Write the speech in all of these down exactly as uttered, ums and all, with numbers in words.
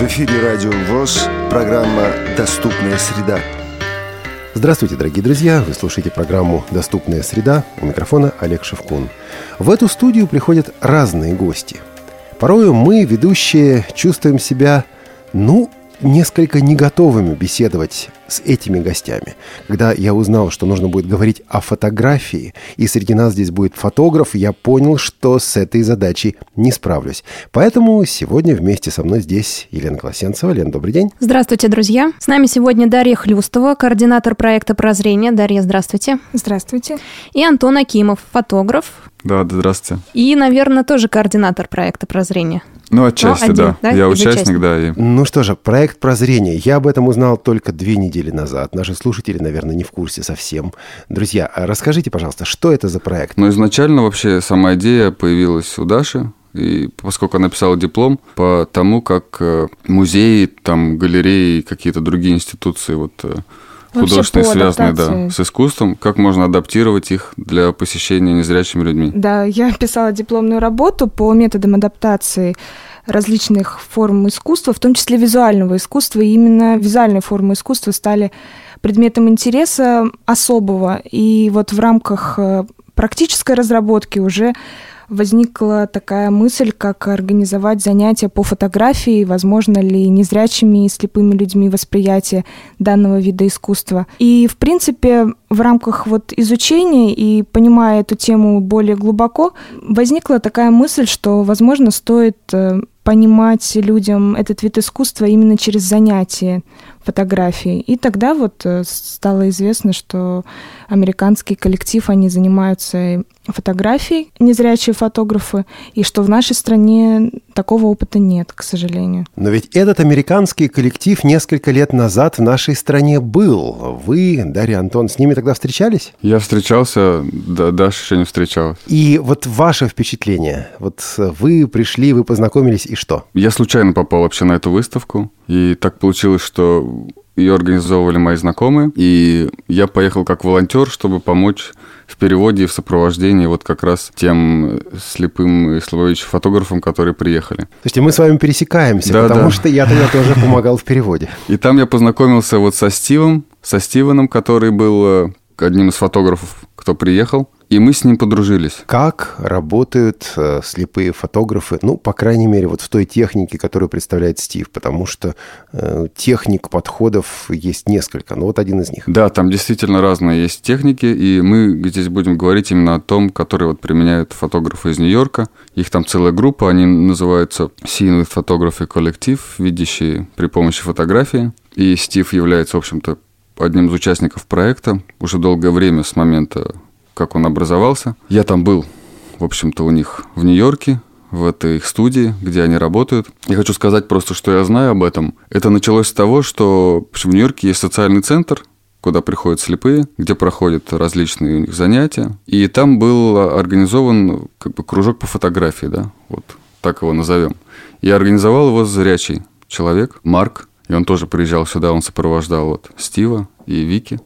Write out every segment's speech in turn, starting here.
эфире Радио ВОС, программа «Доступная среда». Здравствуйте, дорогие друзья! Вы слушаете программу «Доступная среда». У микрофона Олег Шевкун. В эту студию приходят разные гости. Порою мы, ведущие, чувствуем себя, ну, несколько не готовыми беседовать с этими гостями. Когда я узнал, что нужно будет говорить о фотографии, и среди нас здесь будет фотограф, я понял, что с этой задачей не справлюсь. Поэтому сегодня вместе со мной здесь Елена Колосенцева. Лен, добрый день. Здравствуйте, друзья. С нами сегодня Дарья Хлюстова, координатор проекта «Прозрение». Дарья, здравствуйте. Здравствуйте. И Антон Акимов, фотограф. Да, да, здравствуйте. И, наверное, тоже координатор проекта «Прозрение». Ну, отчасти, один, да. да. Я участник, да. И... Ну что же, проект «Прозрение». Я об этом узнал только две недели назад. Наши слушатели, наверное, не в курсе совсем. Друзья, расскажите, пожалуйста, что это за проект? Ну, изначально вообще сама идея появилась у Даши. И поскольку она писала диплом по тому, как музеи, там, галереи, какие-то другие институции, вот... художественные, связанные, да, с искусством, как можно адаптировать их для посещения незрячими людьми? Да, я писала дипломную работу по методам адаптации различных форм искусства, в том числе визуального искусства, и именно визуальные формы искусства стали предметом интереса особого. И вот в рамках практической разработки уже возникла такая мысль, как организовать занятия по фотографии, возможно ли незрячими и слепыми людьми восприятие данного вида искусства. И, в принципе, в рамках вот изучения и понимая эту тему более глубоко, возникла такая мысль, что, возможно, стоит понимать людям этот вид искусства именно через занятия фотографией. И тогда вот стало известно, что американский коллектив, они занимаются фотографией, незрячие фотографы, и что в нашей стране такого опыта нет, к сожалению. Но ведь этот американский коллектив несколько лет назад в нашей стране был. Вы, Дарья, Антон, с ними тогда встречались? Я встречался, да, Даша еще не встречалась. И вот ваше впечатление? Вот вы пришли, вы познакомились, и что? Я случайно попал вообще на эту выставку, и так получилось, что ее организовывали мои знакомые, и я поехал как волонтер, чтобы помочь в переводе и в сопровождении вот как раз тем слепым и слабовидящим фотографам, которые приехали. То есть мы с вами пересекаемся, да, потому да. что я тогда тоже помогал в переводе. И там я познакомился вот со Стивом, со Стивеном, который был одним из фотографов, кто приехал. И мы с ним подружились. Как работают э, слепые фотографы, ну, по крайней мере, вот в той технике, которую представляет Стив, потому что э, техник подходов есть несколько, но вот один из них. Да, там действительно разные есть техники, и мы здесь будем говорить именно о том, которые вот применяют фотографы из Нью-Йорка. Их там целая группа, они называются Seeing with Photography Collective, видящие при помощи фотографии. И Стив является, в общем-то, одним из участников проекта уже долгое время с момента, как он образовался. Я там был, в общем-то, у них в Нью-Йорке, в этой их студии, где они работают. Я хочу сказать просто, что я знаю об этом. Это началось с того, что в Нью-Йорке есть социальный центр, куда приходят слепые, где проходят различные у них занятия. И там был организован как бы кружок по фотографии, да, вот так его назовем. И организовал его зрячий человек, Марк. И он тоже приезжал сюда, он сопровождал вот Стива и Вики.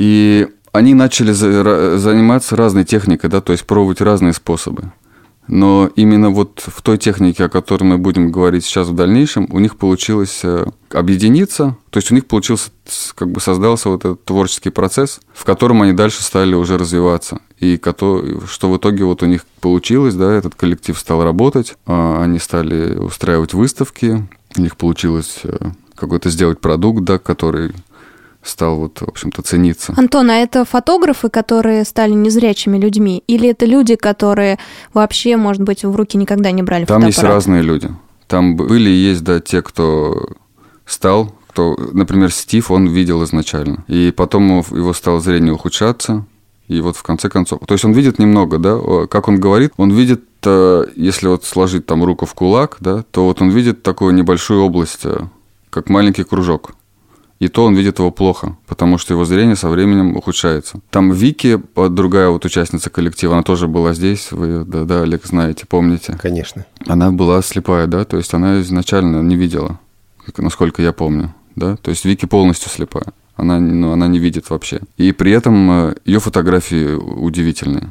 И они начали заниматься разной техникой, да, то есть пробовать разные способы. Но именно вот в той технике, о которой мы будем говорить сейчас в дальнейшем, у них получилось объединиться, то есть у них получился, как бы создался вот этот творческий процесс, в котором они дальше стали уже развиваться. И что в итоге вот у них получилось, да, этот коллектив стал работать, они стали устраивать выставки, у них получилось какой-то сделать продукт, да, который стал вот, в общем-то, цениться. Антон, а это фотографы, которые стали незрячими людьми? Или это люди, которые вообще, может быть, в руки никогда не брали Там фотоаппарат? Там есть разные люди. Там были и есть, да, те, кто стал, кто, например, Стив, он видел изначально. И потом его стало зрение ухудшаться. И вот в конце концов... То есть он видит немного, да, как он говорит, он видит, если вот сложить там руку в кулак, да, то вот он видит такую небольшую область, как маленький кружок. И то он видит его плохо, потому что его зрение со временем ухудшается. Там Вики, другая вот участница коллектива, она тоже была здесь, вы ее, да, да, Олег, знаете, помните? Конечно. Она была слепая, да, то есть она изначально не видела, насколько я помню, да, то есть Вики полностью слепая, она, ну, она не видит вообще. И при этом ее фотографии удивительные.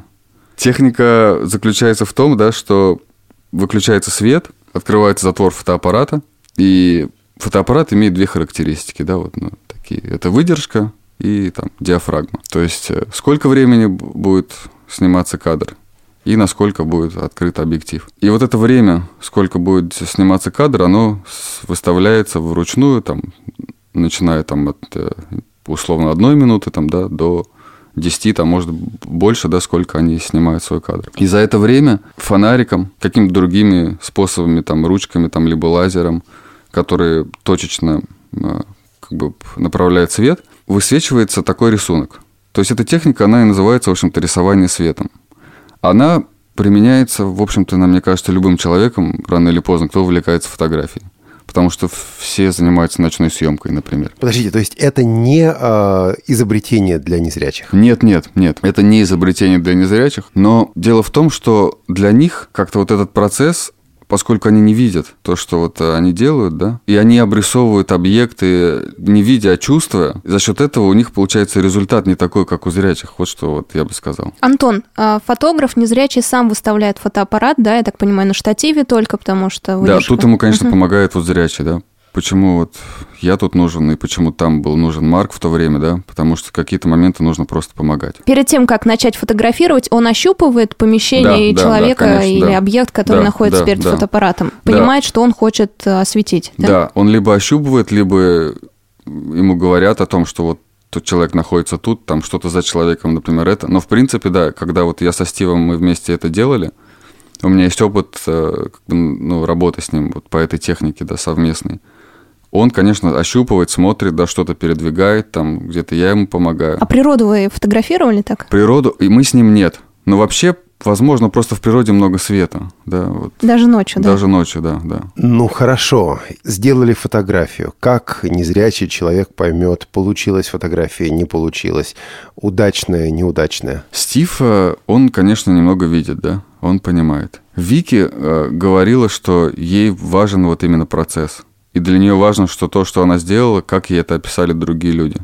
Техника заключается в том, да, что выключается свет, открывается затвор фотоаппарата, и фотоаппарат имеет две характеристики, да, вот, ну, такие. Это выдержка и там диафрагма. То есть сколько времени будет сниматься кадр и насколько будет открыт объектив. И вот это время, сколько будет сниматься кадр, оно выставляется вручную, там, начиная там, от условно одной минуты там, да, до десяти, там, может, больше, да, сколько они снимают свой кадр. И за это время фонариком, какими-то другими способами, там, ручками, там, либо лазером, которые точечно как бы направляют свет, высвечивается такой рисунок. То есть эта техника, она и называется, в общем-то, рисование светом. Она применяется, в общем-то, мне кажется, любым человеком, рано или поздно, кто увлекается фотографией. Потому что все занимаются ночной съемкой, например. Подождите, то есть это не э, изобретение для незрячих? Нет, нет, нет. Это не изобретение для незрячих. Но дело в том, что для них как-то вот этот процесс, поскольку они не видят то, что вот они делают, да, и они обрисовывают объекты не видя, а чувствуя, за счет этого у них получается результат не такой, как у зрячих. Вот что вот я бы сказал. Антон, фотограф незрячий сам выставляет фотоаппарат, да, я так понимаю, на штативе только, потому что выдержка. Да, тут ему, конечно, uh-huh. помогает вот зрячий, да. Почему вот я тут нужен и почему там был нужен Марк в то время, да? Потому что в какие-то моменты нужно просто помогать. Перед тем, как начать фотографировать, он ощупывает помещение да, человека да, да, конечно, или да. объект, который да, находится да, перед да, фотоаппаратом. Понимает, да. что он хочет осветить. Да? да, он либо ощупывает, либо ему говорят о том, что вот тот человек находится тут, там что-то за человеком, например, это. Но в принципе, да, когда вот я со Стивом мы вместе это делали, у меня есть опыт как бы, ну, работы с ним вот по этой технике, да, совместной. Он, конечно, ощупывает, смотрит, да, что-то передвигает, там где-то я ему помогаю. А природу вы фотографировали так? Природу, и мы с ним нет. Но вообще, возможно, просто в природе много света. Да, вот. Даже ночью, да? Даже ночью, да, да. Ну, хорошо. Сделали фотографию. Как незрячий человек поймет, получилась фотография, не получилась, удачная, неудачная? Стив, он, конечно, немного видит, да, он понимает. Вики э, говорила, что ей важен вот именно процесс. И для нее важно, что то, что она сделала, как ей это описали другие люди.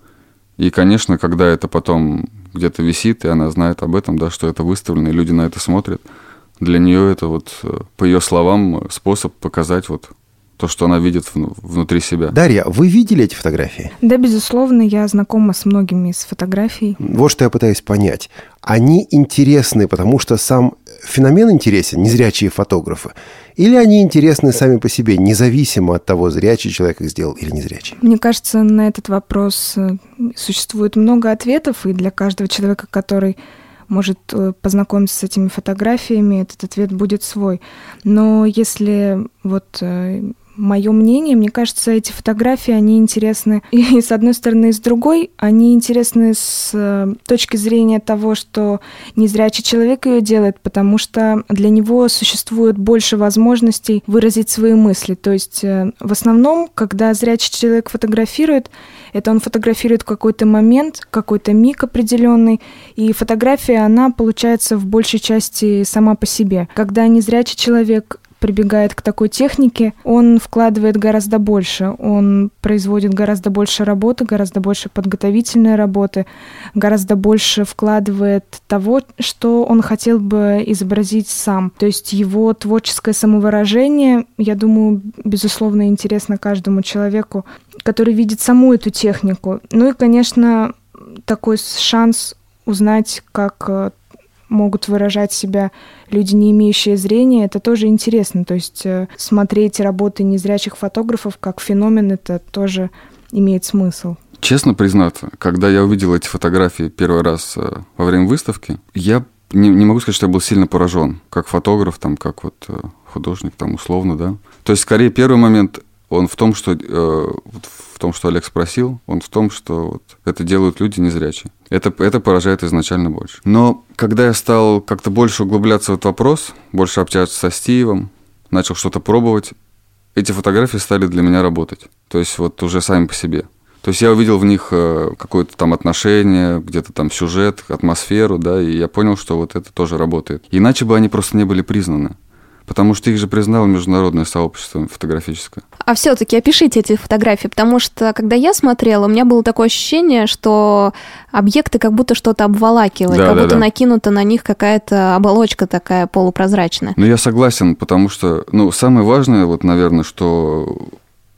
И, конечно, когда это потом где-то висит, и она знает об этом, да, что это выставлено, и люди на это смотрят, для нее это вот, по ее словам, способ показать вот то, что она видит внутри себя. Дарья, вы видели эти фотографии? Да, безусловно, я знакома с многими из фотографий. Вот что я пытаюсь понять. Они интересны, потому что сам феномен интересен, незрячие фотографы, или они интересны сами по себе, независимо от того, зрячий человек их сделал или незрячий? Мне кажется, на этот вопрос существует много ответов, и для каждого человека, который может познакомиться с этими фотографиями, этот ответ будет свой. Но если вот мое мнение, мне кажется, эти фотографии, они интересны и с одной стороны, и с другой. Они интересны с точки зрения того, что незрячий человек ее делает, потому что для него существует больше возможностей выразить свои мысли. То есть в основном, когда зрячий человек фотографирует, это он фотографирует какой-то момент, какой-то миг определенный, и фотография, она получается в большей части сама по себе. Когда незрячий человек прибегает к такой технике, он вкладывает гораздо больше, он производит гораздо больше работы, гораздо больше подготовительной работы, гораздо больше вкладывает того, что он хотел бы изобразить сам. То есть его творческое самовыражение, я думаю, безусловно, интересно каждому человеку, который видит саму эту технику. Ну и, конечно, такой шанс узнать, как могут выражать себя люди, не имеющие зрения, это тоже интересно. То есть смотреть работы незрячих фотографов как феномен, это тоже имеет смысл. Честно признаться, когда я увидел эти фотографии первый раз во время выставки, я не, не могу сказать, что я был сильно поражен, как фотограф, там, как вот художник, там, условно, да. То есть, скорее, первый момент, он в том, что, э, в том, что Олег спросил, он в том, что вот это делают люди незрячие. Это, это поражает изначально больше. Но когда я стал как-то больше углубляться в этот вопрос, больше общаться со Стивом, начал что-то пробовать, эти фотографии стали для меня работать. То есть вот уже сами по себе. То есть я увидел в них какое-то там отношение, где-то там сюжет, атмосферу, да, и я понял, что вот это тоже работает. Иначе бы они просто не были признаны. Потому что их же признало международное сообщество фотографическое. А все-таки опишите эти фотографии, потому что, когда я смотрела, у меня было такое ощущение, что объекты как будто что-то обволакивают, да, как да, будто да. накинута на них какая-то оболочка такая полупрозрачная. Ну, я согласен, потому что, ну, самое важное, вот, наверное, что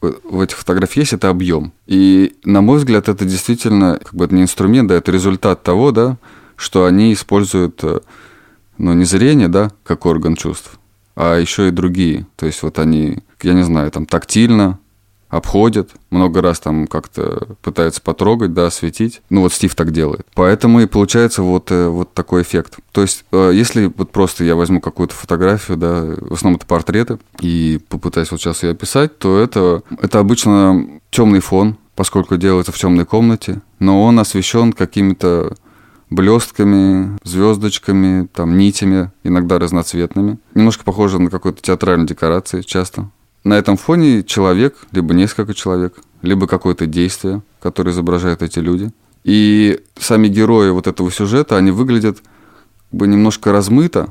в этих фотографиях есть, это объем. И, на мой взгляд, это действительно, как бы это не инструмент, да, это результат того, да, что они используют, ну, не зрение, да, как орган чувств, а еще и другие. То есть вот они, я не знаю, там тактильно обходят, много раз там как-то пытаются потрогать, да, осветить. Ну, вот Стив так делает. Поэтому и получается вот, вот такой эффект. То есть, если вот просто я возьму какую-то фотографию, да, в основном это портреты, и попытаюсь вот сейчас ее описать, то это, это обычно темный фон, поскольку делается в темной комнате, но он освещен какими-то блестками, звездочками, там, нитями, иногда разноцветными. Немножко похоже на какую-то театральную декорацию часто. На этом фоне человек, либо несколько человек, либо какое-то действие, которое изображают эти люди. И сами герои вот этого сюжета, они выглядят как бы немножко размыто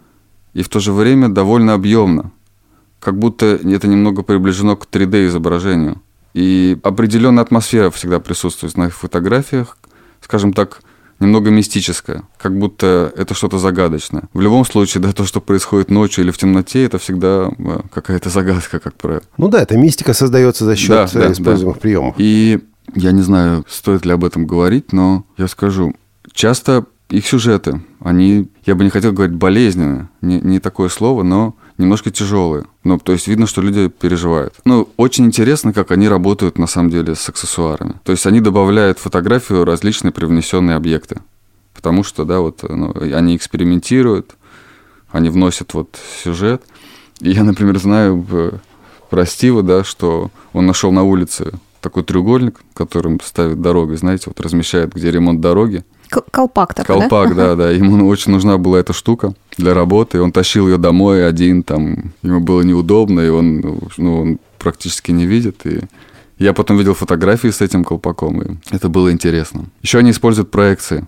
и в то же время довольно объемно. Как будто это немного приближено к три дэ-изображению. И определенная атмосфера всегда присутствует на их фотографиях, скажем так, немного мистическое, как будто это что-то загадочное. В любом случае, да, то, что происходит ночью или в темноте, это всегда какая-то загадка, как правило. Ну да, эта мистика создается за счет да, да, используемых да. приемов. И я не знаю, стоит ли об этом говорить, но я скажу, часто их сюжеты, они, я бы не хотел говорить болезненные, не, не такое слово, но немножко тяжелые. Ну, то есть видно, что люди переживают. Ну, очень интересно, как они работают на самом деле с аксессуарами. То есть они добавляют в фотографию различные привнесенные объекты. Потому что, да, вот ну, они экспериментируют, они вносят вот сюжет. И я, например, знаю про Стива, да, что он нашел на улице такой треугольник, которым ставит дорогу, знаете, вот размещает, где ремонт дороги. Колпак такой, Колпак, да? да, да. Ему очень нужна была эта штука для работы. И он тащил ее домой один, там, ему было неудобно, и он, ну, он практически не видит. И я потом видел фотографии с этим колпаком, и это было интересно. Еще они используют проекции,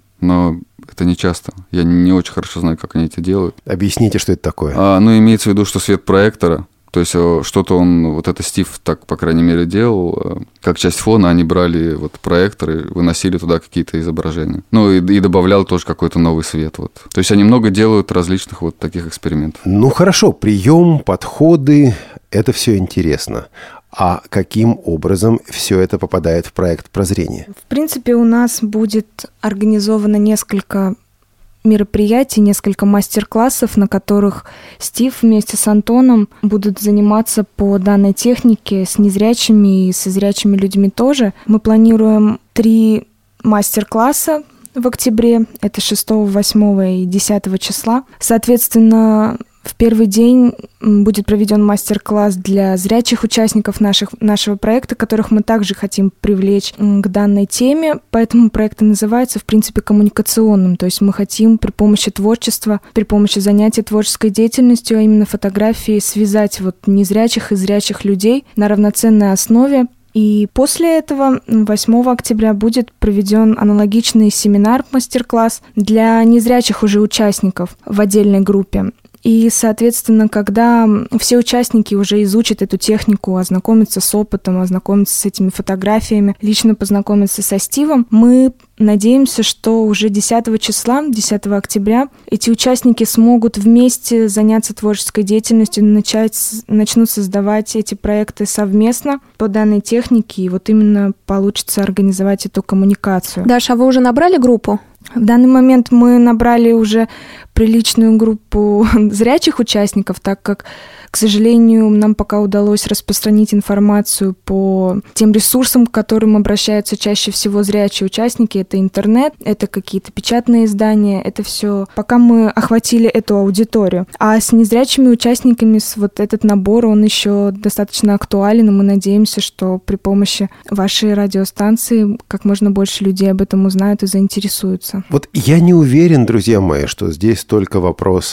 но это не часто. Я не очень хорошо знаю, как они это делают. Объясните, что это такое. А, ну, имеется в виду, что свет проектора, то есть что-то он, вот это Стив так, по крайней мере, делал, как часть фона они брали вот проектор и выносили туда какие-то изображения. Ну и, и добавлял тоже какой-то новый свет. Вот. То есть они много делают различных вот таких экспериментов. Ну хорошо, прием, подходы, это все интересно. А каким образом все это попадает в проект прозрения? В принципе, у нас будет организовано несколько мероприятий, несколько мастер-классов, на которых Стив вместе с Антоном будут заниматься по данной технике с незрячими и со зрячими людьми тоже. Мы планируем три мастер-класса в октябре, это шестого, восьмого и десятого числа. Соответственно, в первый день будет проведен мастер-класс для зрячих участников наших, нашего проекта, которых мы также хотим привлечь к данной теме. Поэтому проект и называется, в принципе, коммуникационным. То есть мы хотим при помощи творчества, при помощи занятий творческой деятельностью, а именно фотографии, связать вот незрячих и зрячих людей на равноценной основе. И после этого, восьмого октября, будет проведен аналогичный семинар, мастер-класс для незрячих уже участников в отдельной группе. И, соответственно, когда все участники уже изучат эту технику, ознакомятся с опытом, ознакомятся с этими фотографиями, лично познакомятся со Стивом, мы надеемся, что уже десятого числа, десятого октября, эти участники смогут вместе заняться творческой деятельностью, начать, начнут создавать эти проекты совместно по данной технике, и вот именно получится организовать эту коммуникацию. Даша, а вы уже набрали группу? В данный момент мы набрали уже приличную группу зрячих участников, так как, к сожалению, нам пока удалось распространить информацию по тем ресурсам, к которым обращаются чаще всего зрячие участники. Это интернет, это какие-то печатные издания, это все. Пока мы охватили эту аудиторию. А с незрячими участниками вот этот набор, он еще достаточно актуален, и мы надеемся, что при помощи вашей радиостанции как можно больше людей об этом узнают и заинтересуются. Вот я не уверен, друзья мои, что здесь только вопрос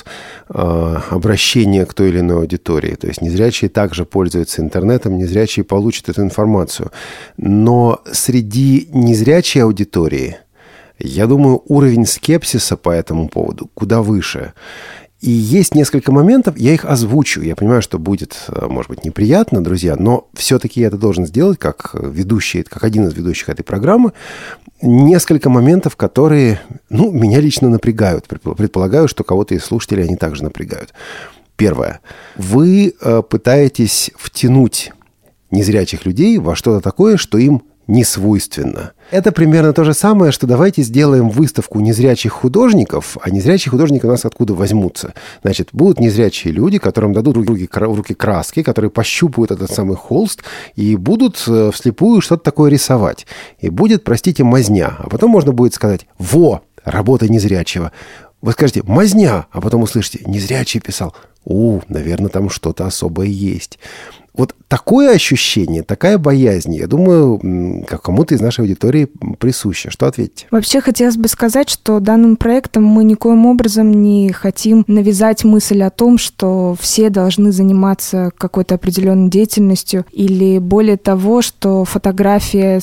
э, обращения к той или иной аудитории. То есть незрячие также пользуются интернетом, незрячие получат эту информацию. Но среди незрячей аудитории, я думаю, уровень скепсиса по этому поводу куда выше. И есть несколько моментов, я их озвучу. Я понимаю, что будет, может быть, неприятно, друзья, но все-таки я это должен сделать как ведущий, как один из ведущих этой программы. Несколько моментов, которые, ну, меня лично напрягают. Предполагаю, что кого-то из слушателей они также напрягают. Первое. Вы пытаетесь втянуть незрячих людей во что-то такое, что им не свойственно. Это примерно то же самое, что давайте сделаем выставку незрячих художников, а незрячие художники у нас откуда возьмутся? Значит, будут незрячие люди, которым дадут в руки, в руки краски, которые пощупают этот самый холст и будут вслепую что-то такое рисовать. И будет, простите, мазня. А потом можно будет сказать: «Во, работа незрячего». Вы скажете: «Мазня», а потом услышите: «Незрячий писал». О, наверное, там что-то особое есть. Вот такое ощущение, такая боязнь, я думаю, как кому-то из нашей аудитории присуща. Что ответите? Вообще хотелось бы сказать, что данным проектом мы никоим образом не хотим навязать мысль о том, что все должны заниматься какой-то определенной деятельностью, или более того, что фотография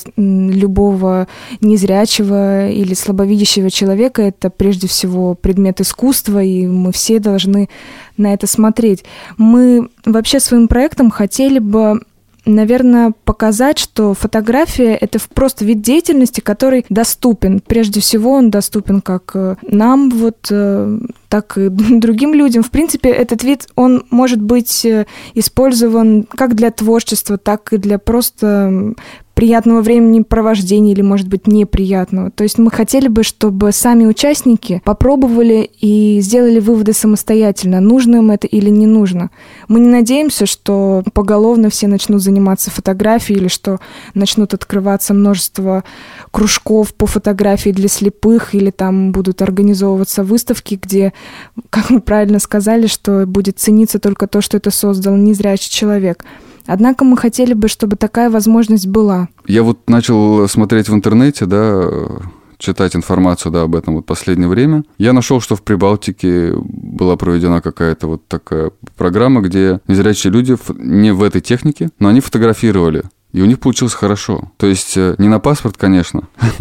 любого незрячего или слабовидящего человека — это прежде всего предмет искусства, и мы все должны на это смотреть. Мы вообще своим проектом хотели бы, наверное, показать, что фотография — это просто вид деятельности, который доступен. Прежде всего, он доступен как нам, вот, так и другим людям. В принципе, этот вид, он может быть использован как для творчества, так и для просто приятного времяпровождения или, может быть, неприятного. То есть мы хотели бы, чтобы сами участники попробовали и сделали выводы самостоятельно, нужно им это или не нужно. Мы не надеемся, что поголовно все начнут заниматься фотографией или что начнут открываться множество кружков по фотографии для слепых, или там будут организовываться выставки, где, как вы правильно сказали, что будет цениться только то, что это создал незрячий человек. Однако мы хотели бы, чтобы такая возможность была. Я вот начал смотреть в интернете, да, читать информацию, да, об этом вот в последнее время. Я нашел, что в Прибалтике была проведена какая-то вот такая программа, где незрячие люди не в этой технике, но они фотографировали, и у них получилось хорошо. То есть не на паспорт, конечно,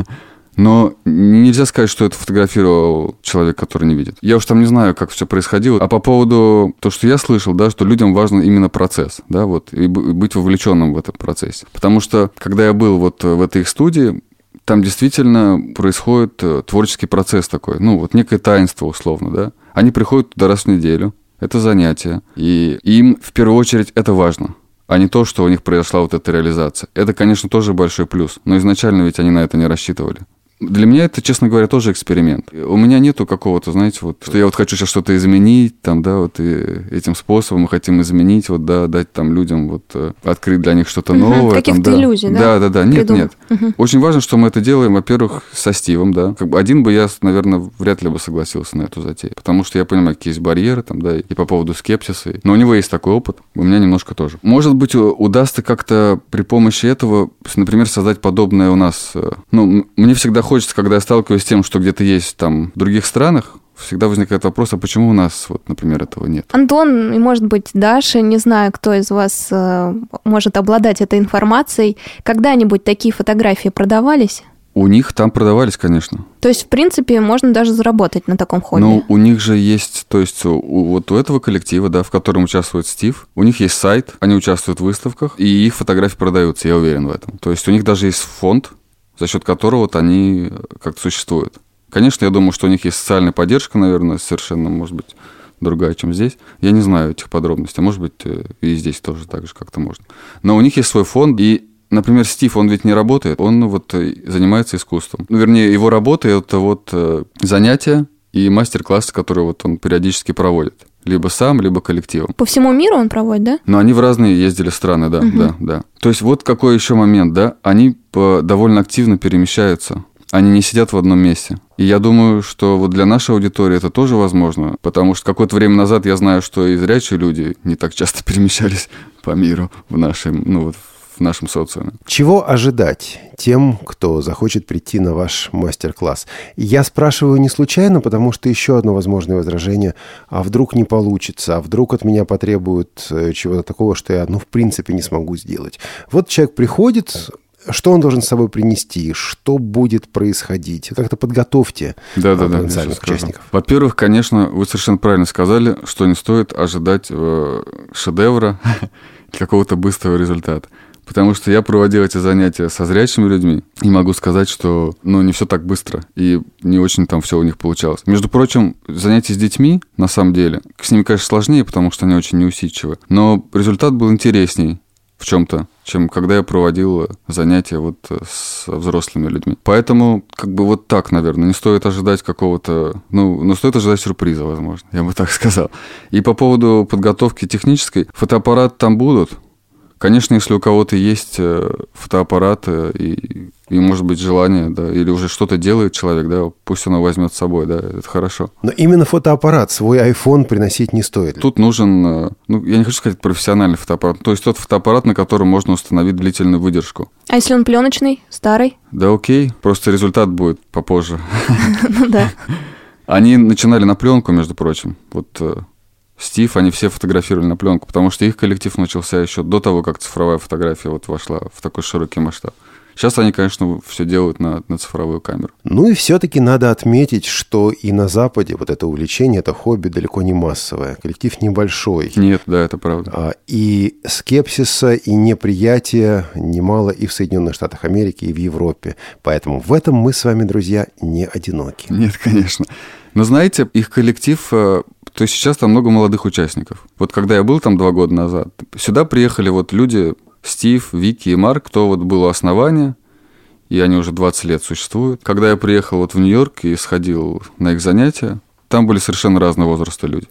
но нельзя сказать, что это фотографировал человек, который не видит. Я уж там не знаю, как все происходило. А по поводу того, что я слышал, да, что людям важен именно процесс, да, вот, и быть вовлеченным в этом процессе. Потому что, когда я был вот в этой их студии, там действительно происходит творческий процесс такой, ну, вот некое таинство условно, да. Они приходят туда раз в неделю, это занятие, и им в первую очередь это важно, а не то, что у них произошла вот эта реализация. Это, конечно, тоже большой плюс, но изначально ведь они на это не рассчитывали. Для меня это, честно говоря, тоже эксперимент. У меня нету какого-то, знаете, вот, что я вот хочу сейчас что-то изменить, там, да, вот, и этим способом мы хотим изменить, вот, да, дать там людям, вот, открыть для них что-то новое. Угу, каких-то там, да. иллюзий, да? Да, да, да, нет, Придумал. нет. Угу. Очень важно, что мы это делаем, во-первых, со Стивом, да. Как бы один бы я, наверное, вряд ли бы согласился на эту затею, потому что я понимаю, какие есть барьеры, там, да, и по поводу скепсиса. Но у него есть такой опыт, у меня немножко тоже. Может быть, удастся как-то при помощи этого, например, создать подобное у нас. Ну, мне всегда хочется, когда я сталкиваюсь с тем, что где-то есть там в других странах, всегда возникает вопрос, а почему у нас, вот, например, этого нет? Антон и, может быть, Даша, не знаю, кто из вас э, может обладать этой информацией, когда-нибудь такие фотографии продавались? У них там продавались, конечно. То есть, в принципе, можно даже заработать на таком хобби? Ну, у них же есть, то есть, у, вот у этого коллектива, да, в котором участвует Стив, у них есть сайт, они участвуют в выставках, и их фотографии продаются, я уверен в этом. То есть, у них даже есть фонд, за счет которого вот они как-то существуют. Конечно, я думаю, что у них есть социальная поддержка, наверное, совершенно, может быть, другая, чем здесь. Я не знаю этих подробностей. Может быть, и здесь тоже так же как-то можно. Но у них есть свой фонд, и, например, Стив, он ведь не работает, он вот занимается искусством. Ну, вернее, его работа – это вот занятия и мастер-классы, которые вот он периодически проводит. Либо сам, либо коллективом. По всему миру он проводит, да? Но они в разные ездили страны, да, угу. да, да. То есть вот какой еще момент, да? Они довольно активно перемещаются. Они не сидят в одном месте. И я думаю, что вот для нашей аудитории это тоже возможно, потому что какое-то время назад я знаю, что и зрячие люди не так часто перемещались по миру в нашем, ну вот, в нашем социуме. Чего ожидать тем, кто захочет прийти на ваш мастер-класс? Я спрашиваю не случайно, потому что еще одно возможное возражение: а вдруг не получится, а вдруг от меня потребуют чего-то такого, что я, ну, в принципе, не смогу сделать. Вот человек приходит, что он должен с собой принести, что будет происходить? Как-то подготовьте да, да, потенциальных да, участников. Во-первых, конечно, вы совершенно правильно сказали, что не стоит ожидать шедевра, какого-то быстрого результата. Потому что я проводил эти занятия со зрячими людьми, и могу сказать, что, ну, не все так быстро, и не очень там все у них получалось. Между прочим, занятия с детьми, на самом деле, с ними, конечно, сложнее, потому что они очень неусидчивы, но результат был интересней в чем-то. чем когда я проводил занятия вот с взрослыми людьми. Поэтому как бы вот так, наверное, не стоит ожидать какого-то... Ну, ну стоит ожидать сюрприза, возможно, я бы так сказал. И по поводу подготовки технической, фотоаппараты там будут. Конечно, если у кого-то есть фотоаппарат и, и, может быть, желание, да, или уже что-то делает человек, да, пусть он его возьмет с собой, да, это хорошо. Но именно фотоаппарат, свой iPhone приносить не стоит. Тут нужен, ну, я не хочу сказать профессиональный фотоаппарат, то есть тот фотоаппарат, на котором можно установить длительную выдержку. А если он пленочный, старый? Да окей, просто результат будет попозже. Ну да. Они начинали на пленку, между прочим, вот... Стив, они все фотографировали на пленку, потому что их коллектив начался еще до того, как цифровая фотография вот вошла в такой широкий масштаб. Сейчас они, конечно, все делают на, на цифровую камеру. Ну и все-таки надо отметить, что и на Западе вот это увлечение, это хобби далеко не массовое. Коллектив небольшой. Нет, да, это правда. И скепсиса, и неприятия немало и в Соединенных Штатах Америки, и в Европе. Поэтому в этом мы с вами, друзья, не одиноки. Нет, конечно. Но знаете, их коллектив... То есть сейчас там много молодых участников. Вот когда я был там два года назад, сюда приехали вот люди, Стив, Вики и Марк, кто вот был у основания, и они уже двадцать лет существуют. Когда я приехал вот в Нью-Йорк и сходил на их занятия, там были совершенно разного возраста люди.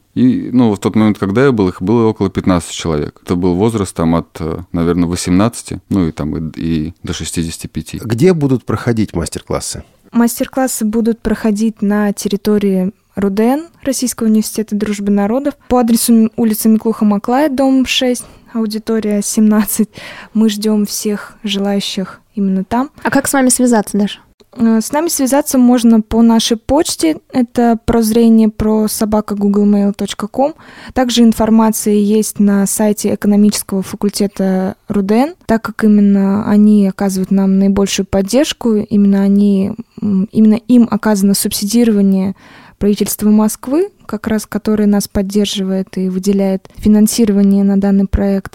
И, ну, в тот момент, когда я был, их было около пятнадцати человек. Это был возраст там от, наверное, восемнадцати, ну и там и, и до шестидесяти пяти. Где будут проходить мастер-классы? Мастер-классы будут проходить на территории РУДН, Российского университета дружбы народов, по адресу улица Миклуха-Маклая, дом шесть, аудитория семнадцать. Мы ждем всех желающих именно там. А как с вами связаться, Даша? С нами связаться можно по нашей почте. Это прозрение про собака гугл мейл точка ком. Также информация есть на сайте экономического факультета РУДН, так как именно они оказывают нам наибольшую поддержку, именно, они, именно им оказано субсидирование правительства Москвы, как раз которое нас поддерживает и выделяет финансирование на данный проект.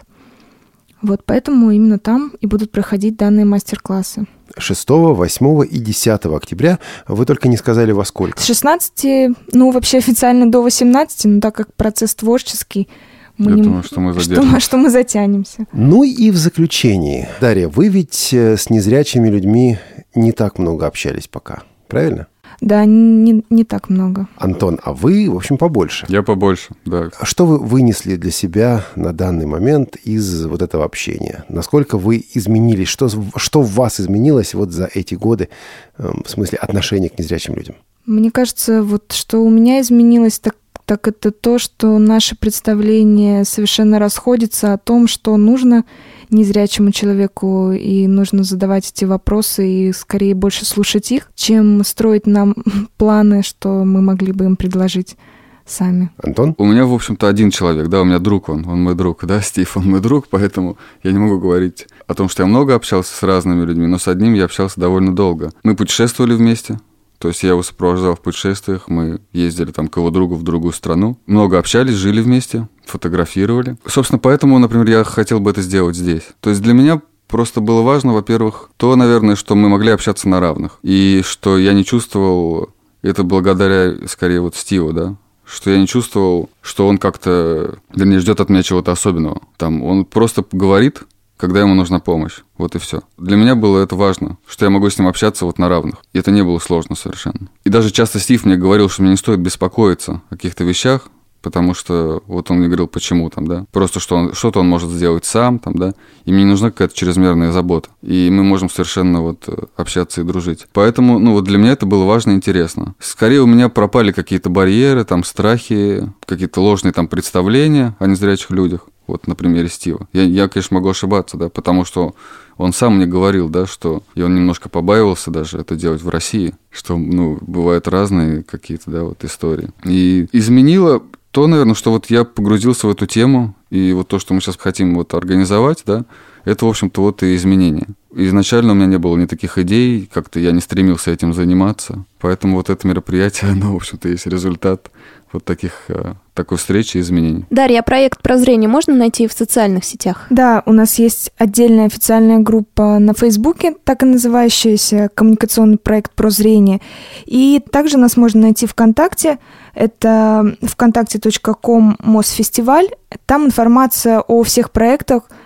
Вот поэтому именно там и будут проходить данные мастер-классы. шестого, восьмого и десятого октября. Вы только не сказали во сколько. С шестнадцати, ну, вообще официально до восемнадцати, но так как процесс творческий, мы Я не... думаю, что мы что, что мы затянемся. Ну и в заключении. Дарья, вы ведь с незрячими людьми не так много общались пока, правильно? Да, не, не так много. Антон, а вы, в общем, побольше. Я побольше, да. Что вы вынесли для себя на данный момент из вот этого общения? Насколько вы изменились? Что, что в вас изменилось вот за эти годы, в смысле отношения к незрячим людям? Мне кажется, вот что у меня изменилось, так, так это то, что наше представление совершенно расходится о том, что нужно незрячему человеку, и нужно задавать эти вопросы и скорее больше слушать их, чем строить нам планы, что мы могли бы им предложить сами. Антон? У меня, в общем-то, один человек, да, у меня друг он, он мой друг, да, Стив, он мой друг, поэтому я не могу говорить о том, что я много общался с разными людьми, но с одним я общался довольно долго. Мы путешествовали вместе. То есть я его сопровождал в путешествиях, мы ездили там к его другу в другую страну, много общались, жили вместе, фотографировали. Собственно, поэтому, например, я хотел бы это сделать здесь. То есть для меня просто было важно, во-первых, то, наверное, что мы могли общаться на равных, и что я не чувствовал, это благодаря, скорее, вот Стиву, да, что я не чувствовал, что он как-то, вернее, ждет от меня чего-то особенного. Там он просто говорит, когда ему нужна помощь. Вот и все. Для меня было это важно, что я могу с ним общаться вот на равных. И это не было сложно совершенно. И даже часто Стив мне говорил, что мне не стоит беспокоиться о каких-то вещах, потому что вот он мне говорил, почему там, да. Просто что он, что-то он может сделать сам, там, да. И мне не нужна какая-то чрезмерная забота. И мы можем совершенно вот общаться и дружить. Поэтому, ну вот для меня это было важно и интересно. Скорее у меня пропали какие-то барьеры, там, страхи, какие-то ложные там представления о незрячих людях. Вот на примере Стива. Я, я, конечно, могу ошибаться, да, потому что он сам мне говорил, да, что... И он немножко побаивался даже это делать в России, что, ну, бывают разные какие-то, да, вот истории. И изменило то, наверное, что вот я погрузился в эту тему, и вот то, что мы сейчас хотим вот организовать, да, это, в общем-то, вот и изменения. Изначально у меня не было ни таких идей, как-то я не стремился этим заниматься, поэтому вот это мероприятие, оно, в общем-то, есть результат вот таких, такой встречи и изменений. Дарья, а проект «Прозрение» можно найти в социальных сетях? Да, у нас есть отдельная официальная группа на Фейсбуке, так и называющаяся «Коммуникационный проект «Прозрение». И также нас можно найти ВКонтакте. Это вконтакте точка ком Мосфестиваль. Там информация о всех проектах,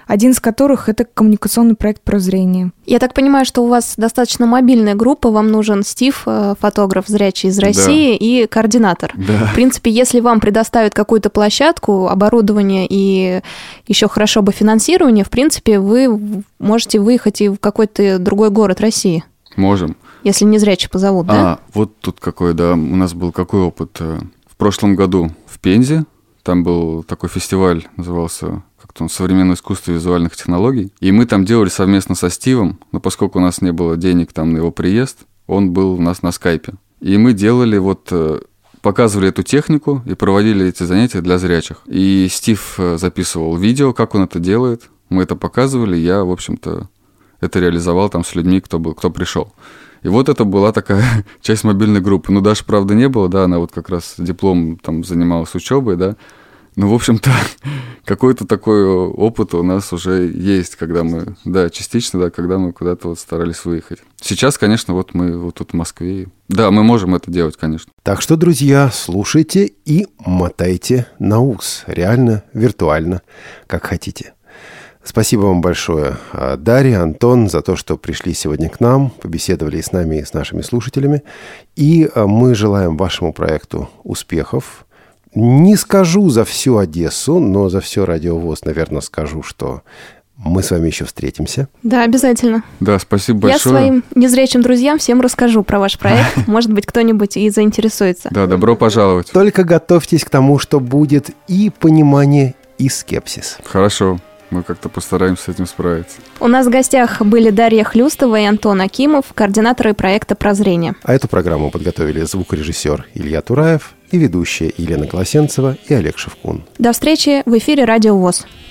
один из которых – это коммуникационный проект «Прозрение». Я так понимаю, что у вас достаточно мобильная группа, вам нужен Стив, фотограф зрячий из России, да. и координатор. Да. В принципе, если вам предоставят какую-то площадку, оборудование и еще хорошо бы финансирование, в принципе, вы можете выехать и в какой-то другой город России. Можем. Если не зрячий позовут, а, да? А, вот тут какой, да, у нас был какой опыт. В прошлом году в Пензе, там был такой фестиваль, назывался как-то он «Современное искусство визуальных технологий». И мы там делали совместно со Стивом, но поскольку у нас не было денег там на его приезд, он был у нас на скайпе. И мы делали вот... показывали эту технику и проводили эти занятия для зрячих. И Стив записывал видео, как он это делает. Мы это показывали, я, в общем-то, это реализовал там с людьми, кто был, кто пришел. И вот это была такая часть мобильной группы. Ну, Даши, правда, не было, да, она вот как раз диплом там занималась учебой, да. Ну, в общем-то, какой-то такой опыт у нас уже есть, когда мы, да, частично, да, когда мы куда-то вот старались выехать. Сейчас, конечно, вот мы вот тут в Москве. Да, мы можем это делать, конечно. Так что, друзья, слушайте и мотайте на ус. Реально, виртуально, как хотите. Спасибо вам большое, Дарья, Антон, за то, что пришли сегодня к нам, побеседовали с нами и с нашими слушателями. И мы желаем вашему проекту успехов. Не скажу за всю Одессу, но за все Радио ВОС, наверное, скажу, что мы с вами еще встретимся. Да, обязательно. Да, спасибо большое. Я своим незрячим друзьям всем расскажу про ваш проект. Может быть, кто-нибудь и заинтересуется. Да, добро пожаловать. Только готовьтесь к тому, что будет и понимание, и скепсис. Хорошо. Мы как-то постараемся с этим справиться. У нас в гостях были Дарья Хлюстова и Антон Акимов, координаторы проекта «Прозрение». А эту программу подготовили звукорежиссер Илья Тураев и ведущие Елена Колосенцева и Олег Шевкун. До встречи в эфире Радио ВОС.